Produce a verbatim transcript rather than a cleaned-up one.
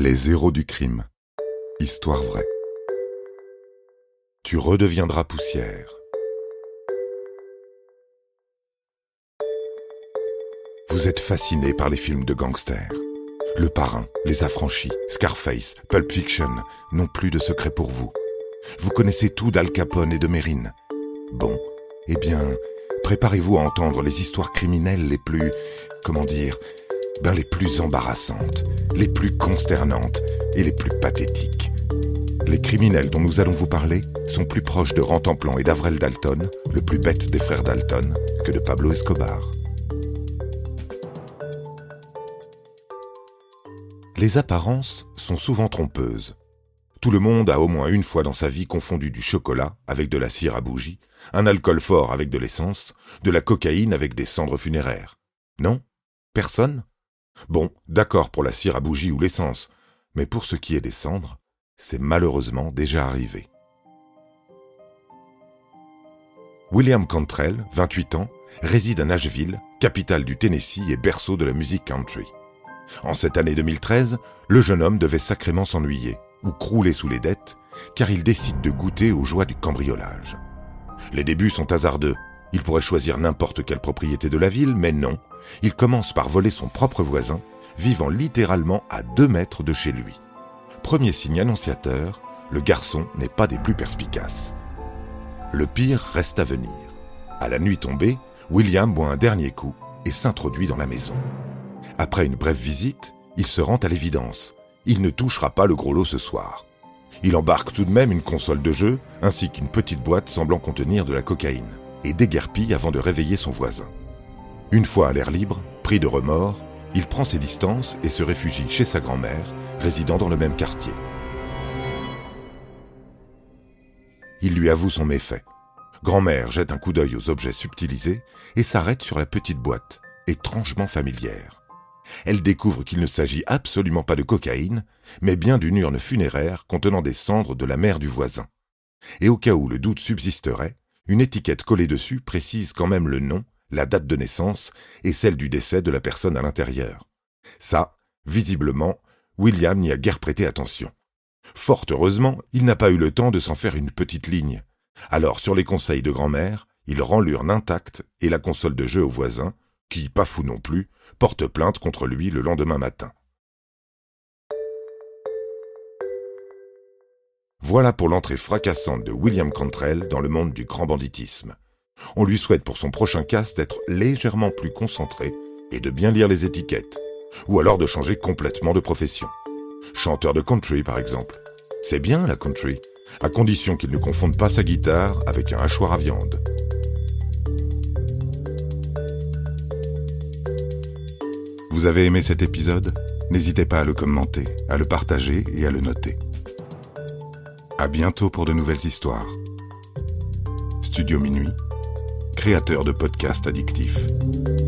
Les héros du crime. Histoire vraie. Tu redeviendras poussière. Vous êtes fasciné par les films de gangsters. Le Parrain, Les Affranchis, Scarface, Pulp Fiction n'ont plus de secret pour vous. Vous connaissez tout d'Al Capone et de Mérine. Bon, eh bien, préparez-vous à entendre les histoires criminelles les plus, comment dire, ben les plus embarrassantes, les plus consternantes et les plus pathétiques. Les criminels dont nous allons vous parler sont plus proches de Rantanplan et d'Avrel Dalton, le plus bête des frères Dalton, que de Pablo Escobar. Les apparences sont souvent trompeuses. Tout le monde a au moins une fois dans sa vie confondu du chocolat avec de la cire à bougie, un alcool fort avec de l'essence, de la cocaïne avec des cendres funéraires. Non ? Personne ? Bon, d'accord pour la cire à bougie ou l'essence, mais pour ce qui est des cendres, c'est malheureusement déjà arrivé. William Cantrell, vingt-huit ans, réside à Nashville, capitale du Tennessee et berceau de la musique country. En cette année deux mille treize, le jeune homme devait sacrément s'ennuyer, ou crouler sous les dettes, car il décide de goûter aux joies du cambriolage. Les débuts sont hasardeux. Il pourrait choisir n'importe quelle propriété de la ville, mais non. Il commence par voler son propre voisin, vivant littéralement à deux mètres de chez lui. Premier signe annonciateur, le garçon n'est pas des plus perspicaces. Le pire reste à venir. À la nuit tombée, William boit un dernier coup et s'introduit dans la maison. Après une brève visite, il se rend à l'évidence. Il ne touchera pas le gros lot ce soir. Il embarque tout de même une console de jeu, ainsi qu'une petite boîte semblant contenir de la cocaïne, et déguerpille avant de réveiller son voisin. Une fois à l'air libre, pris de remords, il prend ses distances et se réfugie chez sa grand-mère, résidant dans le même quartier. Il lui avoue son méfait. Grand-mère jette un coup d'œil aux objets subtilisés et s'arrête sur la petite boîte, étrangement familière. Elle découvre qu'il ne s'agit absolument pas de cocaïne, mais bien d'une urne funéraire contenant des cendres de la mère du voisin. Et au cas où le doute subsisterait, une étiquette collée dessus précise quand même le nom, la date de naissance et celle du décès de la personne à l'intérieur. Ça, visiblement, William n'y a guère prêté attention. Fort heureusement, il n'a pas eu le temps de s'en faire une petite ligne. Alors, sur les conseils de grand-mère, il rend l'urne intacte et la console de jeu au voisin, qui, pas fou non plus, porte plainte contre lui le lendemain matin. Voilà pour l'entrée fracassante de William Cantrell dans le monde du grand banditisme. On lui souhaite pour son prochain cast d'être légèrement plus concentré et de bien lire les étiquettes, ou alors de changer complètement de profession. Chanteur de country par exemple. C'est bien la country, à condition qu'il ne confonde pas sa guitare avec un hachoir à viande. Vous avez aimé cet épisode ? N'hésitez pas à le commenter, à le partager et à le noter. À bientôt pour de nouvelles histoires. Studio Minuit, créateur de podcasts addictifs.